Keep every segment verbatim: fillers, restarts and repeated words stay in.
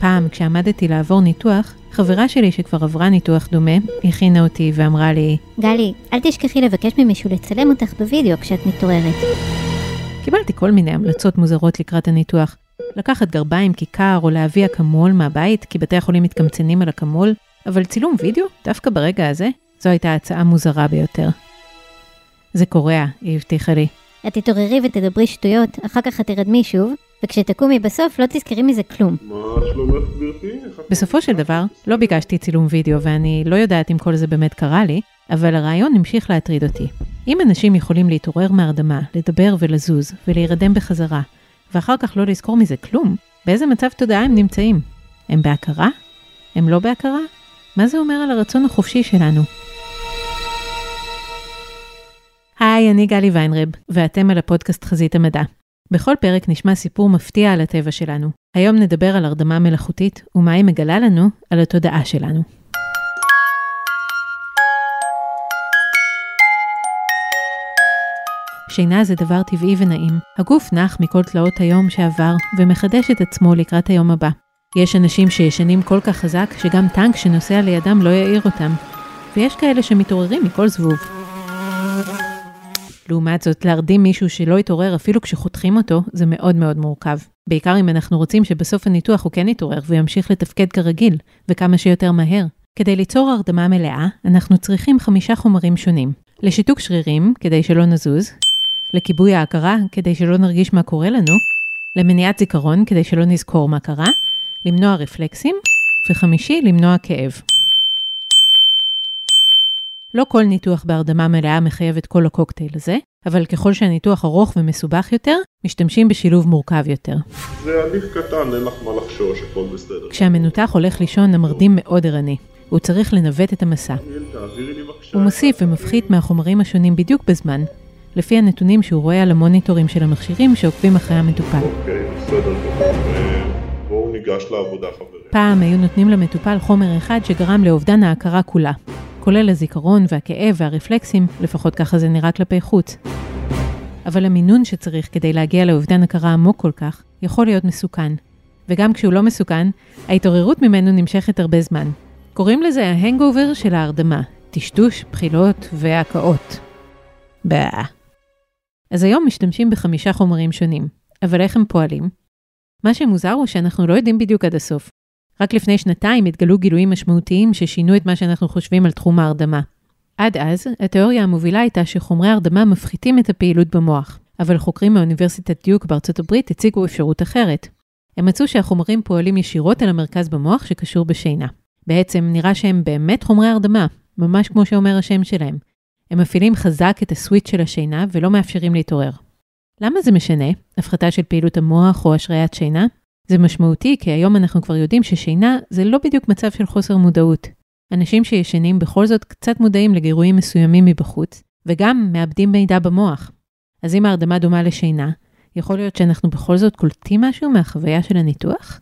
פעם, כשעמדתי לעבור ניתוח, חברה שלי שכבר עברה ניתוח דומה, הכינה אותי ואמרה לי, גלי, אל תשכחי לבקש ממישהו לצלם אותך בווידאו כשאת מתעוררת. קיבלתי כל מיני המלצות מוזרות לקראת הניתוח. לקחת גרביים כיכר או להביא אקמול מהבית, כי בתי החולים מתקמצנים על אקמול, אבל צילום וידאו, דווקא ברגע הזה, זו הייתה הצעה מוזרה ביותר. זה קורע, היא הבטיחה לי. את תתעוררי ותדברי שטויות, אחר כך את תרדמי שוב, וכשתקומי בסוף לא תזכרי מזה כלום. מה שלומך גברתי? בסופו של דבר, לא ביקשתי צילום וידאו, ואני לא יודעת אם כל זה באמת קרה לי, אבל הרעיון המשיך להטריד אותי. אם אנשים יכולים להתעורר מהרדמה, לדבר ולזוז, ולהירדם בחזרה, ואחר כך לא לזכור מזה כלום, באיזה מצב תודעה הם נמצאים? הם בהכרה? הם לא בהכרה? מה זה אומר על הרצון החופשי שלנו? היי, אני גלי ויינרב, ואתם על הפודקאסט חזית המדע. בכל פרק נשמע סיפור מפתיע על הטבע שלנו. היום נדבר על הרדמה מלאכותית, ומה היא מגלה לנו על התודעה שלנו. שינה זה דבר טבעי ונעים. הגוף נח מכל תלאות היום שעבר, ומחדש את עצמו לקראת היום הבא. יש אנשים שישנים כל כך חזק, שגם טנק שנוסע לידם לא יעיר אותם. ויש כאלה שמתעוררים מכל זבוב. לעומת זאת, להרדים מישהו שלא יתעורר אפילו כשחותכים אותו, זה מאוד מאוד מורכב. בעיקר אם אנחנו רוצים שבסוף הניתוח הוא כן יתעורר וימשיך לתפקד כרגיל, וכמה שיותר מהר. כדי ליצור הרדמה מלאה, אנחנו צריכים חמישה חומרים שונים. לשיתוק שרירים, כדי שלא נזוז, לכיבוי ההכרה, כדי שלא נרגיש מה קורה לנו, למניעת זיכרון, כדי שלא נזכור מה קרה, למנוע רפלקסים, וחמישי, למנוע כאב. לא כל ניתוח בהרדמה מלאה מחייב את כל הקוקטייל הזה, אבל ככל שהניתוח ארוך ומסובך יותר, משתמשים בשילוב מורכב יותר. זה הליך קטן, אין לך מה לחשוש, הכל בסדר. כשהמנותח הולך לישון, המרדים מאוד ערני. הוא צריך לנווט את המסע. הוא מוסיף ומפחית מהחומרים השונים בדיוק בזמן, לפי הנתונים שהוא רואה על המוניטורים של המכשירים שעוקבים אחרי המטופל. אוקיי, בסדר. בואו ניגש לעבודה, חברים. פעם היו נותנים למטופל חומר אחד שגרם לאובדן ההכרה כולה. כולל הזיכרון והכאב והרפלקסים, לפחות ככה זה נראה כלפי חוץ. אבל המינון שצריך כדי להגיע לאובדן הכרה עמוק כל כך, יכול להיות מסוכן. וגם כשהוא לא מסוכן, ההתעוררות ממנו נמשכת הרבה זמן. קוראים לזה ההנגאובר של ההרדמה, טשטוש, בחילות והקאות. באה. אז היום משתמשים בחמישה חומרים שונים, אבל איך הם פועלים? מה שמוזר הוא שאנחנו לא יודעים בדיוק עד הסוף. רק לפני שנתיים התגלו גילויים משמעותיים ששינו את מה שאנחנו חושבים על תחום ההרדמה. עד אז, התיאוריה המובילה הייתה שחומרי ההרדמה מפחיתים את הפעילות במוח, אבל חוקרים מאוניברסיטת דיוק בארצות הברית הציגו אפשרות אחרת. הם מצאו שהחומרים פועלים ישירות על המרכז במוח שקשור בשינה. בעצם נראה שהם באמת חומרי הרדמה, ממש כמו שאומר השם שלהם. הם מפעילים חזק את הסוויץ' של השינה ולא מאפשרים להתעורר. למה זה משנה? הפחתה של פעילות המוח או השריית שינה? זה משמעותי כי היום אנחנו כבר יודעים ששינה זה לא בדיוק מצב של חוסר מודעות. אנשים שישנים בכל זאת קצת מודעים לגירויים מסוימים מבחוץ, וגם מאבדים מידע במוח. אז אם ההרדמה דומה לשינה, יכול להיות שאנחנו בכל זאת קולטים משהו מהחוויה של הניתוח?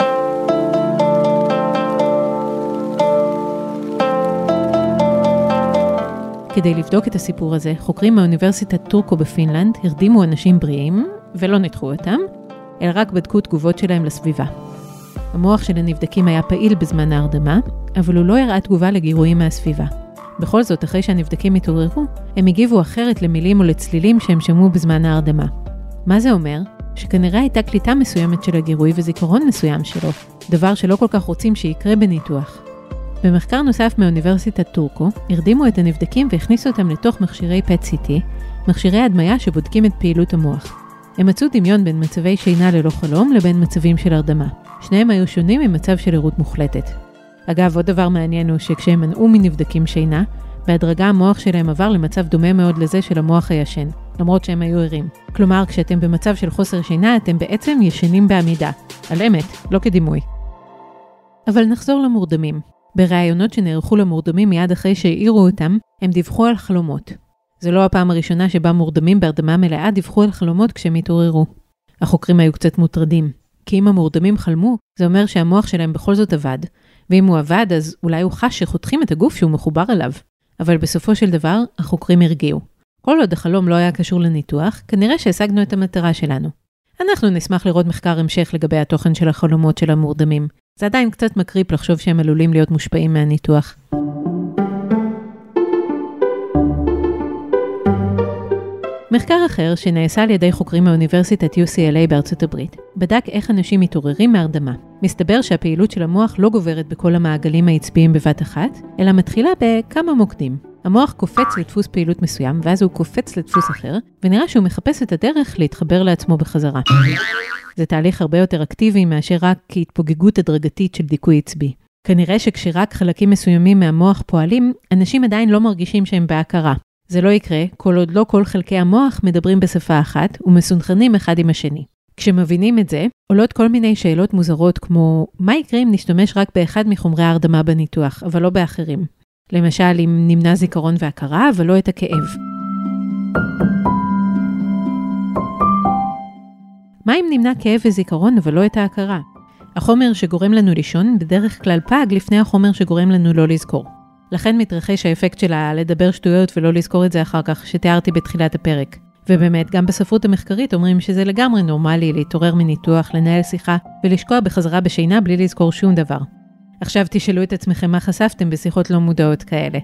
כדי לבדוק את הסיפור הזה, חוקרים מאוניברסיטת טורקו בפינלנד הרדימו אנשים בריאים, ולא ניתחו אותם, אלא רק בדקו תגובות שלהם לסביבה. המוח של הנבדקים היה פעיל בזמן ההרדמה, אבל הוא לא הראה תגובה לגירויים מהסביבה. בכל זאת, אחרי שהנבדקים התעוררו, הם הגיבו אחרת למילים או לצלילים שהם שמעו בזמן ההרדמה. מה זה אומר? שכנראה הייתה קליטה מסוימת של הגירוי וזיכרון מסוים שלו, דבר שלא כל כך רוצים שיקרה בניתוח. במחקר נוסף מאוניברסיטת טורקו, הרדימו את הנבדקים והכניסו אותם לתוך מכשירי פט סי טי, מכשירי הדמיה שבודקים את פעילות המוח. הם מצאו דמיון בין מצבי שינה ללא חלום לבין מצבים של הרדמה. שניהם היו שונים ממצב של ערות מוחלטת. אגב, עוד דבר מעניין הוא שכשהם מנעו מנבדקים שינה, בהדרגה המוח שלהם עבר למצב דומה מאוד לזה של המוח הישן, למרות שהם היו ערים. כלומר, כשאתם במצב של חוסר שינה, אתם בעצם ישנים בעמידה. על אמת, לא כדימוי. אבל נחזור למורדמים. בראיונות שנערכו למורדמים מיד אחרי שהעירו אותם, הם דיווחו על חלומות. זו לא הפעם הראשונה שבה מורדמים בהרדמה מלאה דיווחו על חלומות כשהם התעוררו. החוקרים היו קצת מוטרדים, כי אם המורדמים חלמו, זה אומר שהמוח שלהם בכל זאת עבד, ואם הוא עבד אז אולי הוא חש שחותכים את הגוף שהוא מחובר אליו. אבל בסופו של דבר, החוקרים הרגיעו. כל עוד החלום לא היה קשור לניתוח, כנראה שהשגנו את המטרה שלנו. אנחנו נשמח לראות מחקר המשך לגבי התוכן של החלומות של המורדמים. זה עדיין קצת מקריפ לחשוב שהם עלולים להיות מושפעים מהניתוח. מחקר אחר שנעשה על ידי חוקרים מאוניברסיטת יו סי אל איי בארצות הברית, בדק איך אנשים מתעוררים מהרדמה. מסתבר שהפעילות של המוח לא גוברת בכל המעגלים העצביים בבת אחת, אלא מתחילה בכמה מוקדים. המוח קופץ לדפוס פעילות מסוים, ואז הוא קופץ לדפוס אחר, ונראה שהוא מחפש את הדרך להתחבר לעצמו בחזרה. זה תהליך הרבה יותר אקטיבי מאשר רק כהתפוגגות הדרגתית של דיכוי עצבי. כנראה שכשרק חלקים מסוימים מהמוח פועלים, אנשים עדיין לא מרגישים שהם בהכרה. זה לא יקרה, כל עוד לא כל חלקי המוח מדברים בשפה אחת ומסונכרנים אחד עם השני. כשמבינים את זה, עולות כל מיני שאלות מוזרות כמו, מה יקרה אם נשתמש רק באחד מחומרי ההרדמה בניתוח, אבל לא באחרים? למשל, אם נמנע זיכרון והכרה, אבל לא את הכאב. מה אם נמנע כאב וזיכרון, אבל לא את ההכרה? החומר שגורם לנו לישון בדרך כלל פג לפני החומר שגורם לנו לא לזכור. לכן מתרחש האפקט שלה לדבר שטויות ולא לזכור את זה אחר כך, שתיארתי בתחילת הפרק. ובאמת, גם בספרות המחקרית אומרים שזה לגמרי נורמלי להתעורר מניתוח, לנהל שיחה ולשקוע בחזרה בשינה בלי לזכור שום דבר. עכשיו תשאלו את עצמכם מה חשפתם בשיחות לא מודעות כאלה.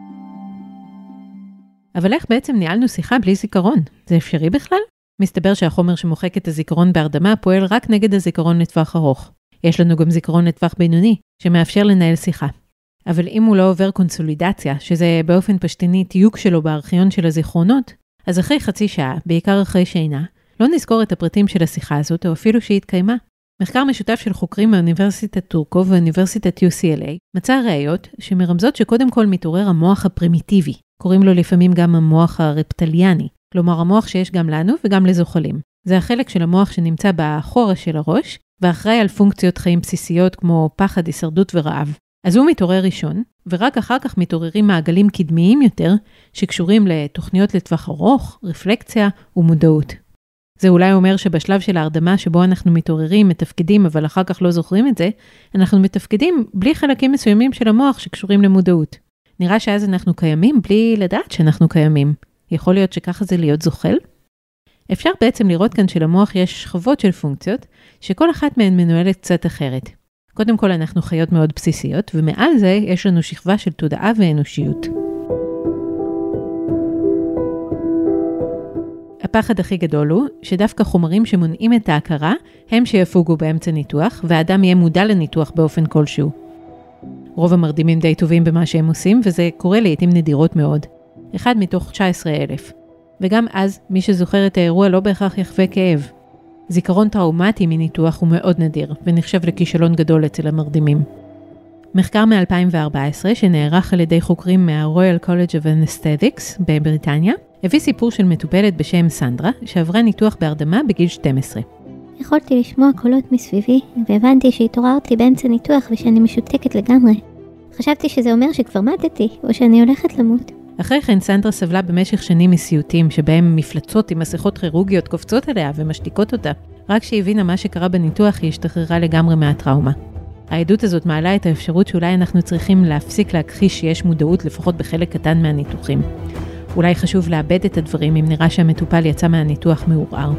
אבל איך בעצם ניהלנו שיחה בלי זיכרון? זה אפשרי בכלל? מסתבר שהחומר שמוחק את הזיכרון בהרדמה פועל רק נגד הזיכרון לטווח ארוך. יש לנו גם זיכרון לטווח בינוני, שמאפשר לנהל שיחה. אבל אם הוא לא עובר קונסולידציה, שזה באופן פשטני תיוק שלו בארכיון של הזיכרונות, אז אחרי חצי שעה, בעיקר אחרי שינה, לא נזכור את הפרטים של השיחה הזאת, או אפילו שהיא התקיימה. מחקר משותף של חוקרים מאוניברסיטת טורקו ואוניברסיטת יו סי אל איי מצא ראיות שמרמזות שקודם כל מתעורר המוח הפרימיטיבי, קוראים לו לפעמים גם המוח הרפטליאני, כלומר המוח שיש גם לנו וגם לזוחלים. זה החלק של המוח שנמצא באחורה של הראש, ואחראי על פונקציות חיים בסיסיות כמו פחד, הישרדות ורעב. אז הוא מתעורר ראשון, ורק אחר כך מתעוררים מעגלים קדמיים יותר, שקשורים לתוכניות לטווח ארוך, רפלקציה ומודעות. זה אולי אומר שבשלב של ההרדמה שבו אנחנו מתעוררים, מתפקדים, אבל אחר כך לא זוכרים את זה, אנחנו מתפקדים בלי חלקים מסוימים של המוח שקשורים למודעות. נראה שאז אנחנו קיימים בלי לדעת שאנחנו קיימים. יכול להיות שככה זה להיות זוחל? אפשר בעצם לראות כאן שלמוח יש שכבות של פונקציות, שכל אחת מהן מנוהלת קצת אחרת. קודם כל אנחנו חיות מאוד בסיסיות, ומעל זה יש לנו שכבה של תודעה ואנושיות. הפחד הכי גדול הוא שדווקא חומרים שמונעים את ההכרה הם שיפוגו באמצע ניתוח, והאדם יהיה מודע לניתוח באופן כלשהו. רוב המרדימים די טובים במה שהם עושים, וזה קורה לעתים נדירות מאוד. אחד מתוך תשע עשרה אלף. וגם אז, מי שזוכר את האירוע לא בהכרח יחווה כאב. זיכרון טראומטי מניתוח הוא מאוד נדיר, ונחשב לכישלון גדול אצל המרדימים. מחקר מ-אלפיים וארבע עשרה, שנערך על ידי חוקרים מה-Royal College of Anesthetics בבריטניה, הביא סיפור של מטופלת בשם סנדרה, שעברה ניתוח בהרדמה בגיל שתים עשרה. יכולתי לשמוע קולות מסביבי, והבנתי שהתעוררתי באמצע ניתוח ושאני משותקת לגמרי. חשבתי שזה אומר שכבר מתתי, או שאני הולכת למות. אחרי כן סנדרה סבלה במשך שנים מסיוטים, שבהם מפלצות עם מסכות כירורגיות קופצות עליה ומשתיקות אותה. רק שהבינה מה שקרה בניתוח, היא השתחררה לגמרי מהטראומה. העדות הזאת מעלה את האפשרות שאולי אנחנו צריכים להפסיק להכחיש שיש מודעות לפחות בחלק קטן מהניתוחים. אולי חשוב לאבד את הדברים אם נראה שהמטופל יצא מהניתוח מעורער.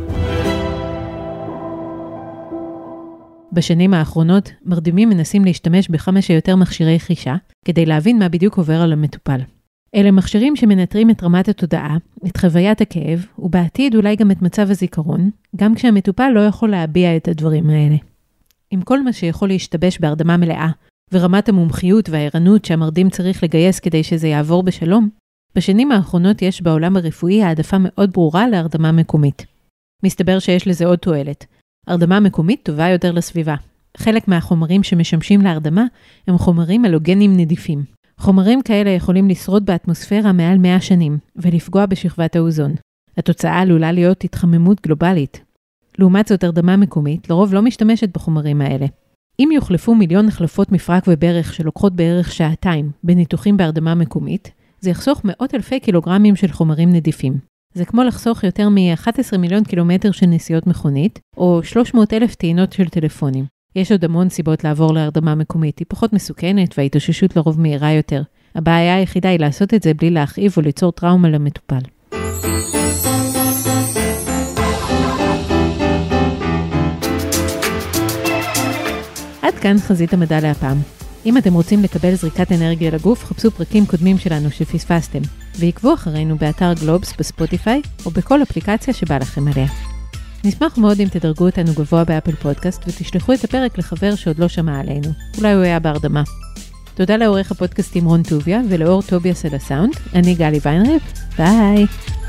בשנים האחרונות, מרדימים מנסים להשתמש בכמה שיותר מכשירי חישה, כדי להבין מה בדיוק עובר על המטופל. אלה מכשירים שמנטרים את רמת התודעה, את חוויית הכאב, ובעתיד אולי גם את מצב הזיכרון, גם כשהמטופל לא יכול להביע את הדברים האלה. עם כל מה שיכול להשתבש בהרדמה מלאה, ורמת המומחיות והערנות שהמרדים צריך לגייס כדי שזה יעבור בשלום, בשנים האחרונות יש בעולם הרפואי העדפה מאוד ברורה להרדמה מקומית. מסתבר שיש לזה עוד תועלת. הרדמה מקומית טובה יותר לסביבה. חלק מהחומרים שמשמשים להרדמה הם חומרים אלוגנים נדיפים. חומרים כאלה יכולים לשרוד באטמוספירה מעל מאה שנים ולפגוע בשכבת האוזון. התוצאה עלולה להיות התחממות גלובלית. לעומת זאת, הרדמה מקומית לרוב לא משתמשת בחומרים האלה. אם יוחלפו מיליון החלפות מפרק וברך שלוקחות בערך שעתיים בניתוחים בהרדמה מקומית, זה יחסוך מאות אלפי קילוגרמים של חומרים נדיפים. זה כמו לחסוך יותר מ-אחד עשר מיליון קילומטר של נסיעות מכונית, או שלוש מאות אלף טעינות של טלפונים. יש עוד המון סיבות לעבור להרדמה מקומית, היא פחות מסוכנת וההתאוששות לרוב מהירה יותר. הבעיה היחידה היא לעשות את זה בלי להכאיב או ליצור טראומה למטופל. עד כאן חזית המדע להפעם. אם אתם רוצים לקבל זריקת אנרגיה לגוף, חפשו פרקים קודמים שלנו שפספסתם, ועקבו אחרינו באתר גלובס בספוטיפיי, או בכל אפליקציה שבא לכם עליה. נשמח מאוד אם תדרגו אותנו גבוה באפל פודקאסט, ותשלחו את הפרק לחבר שעוד לא שמע עלינו. אולי הוא היה בהרדמה. תודה לעורך הפודקאסטים רון טוביה, ולאור טוביאס על הסאונד. אני גלי ויינריב. ביי!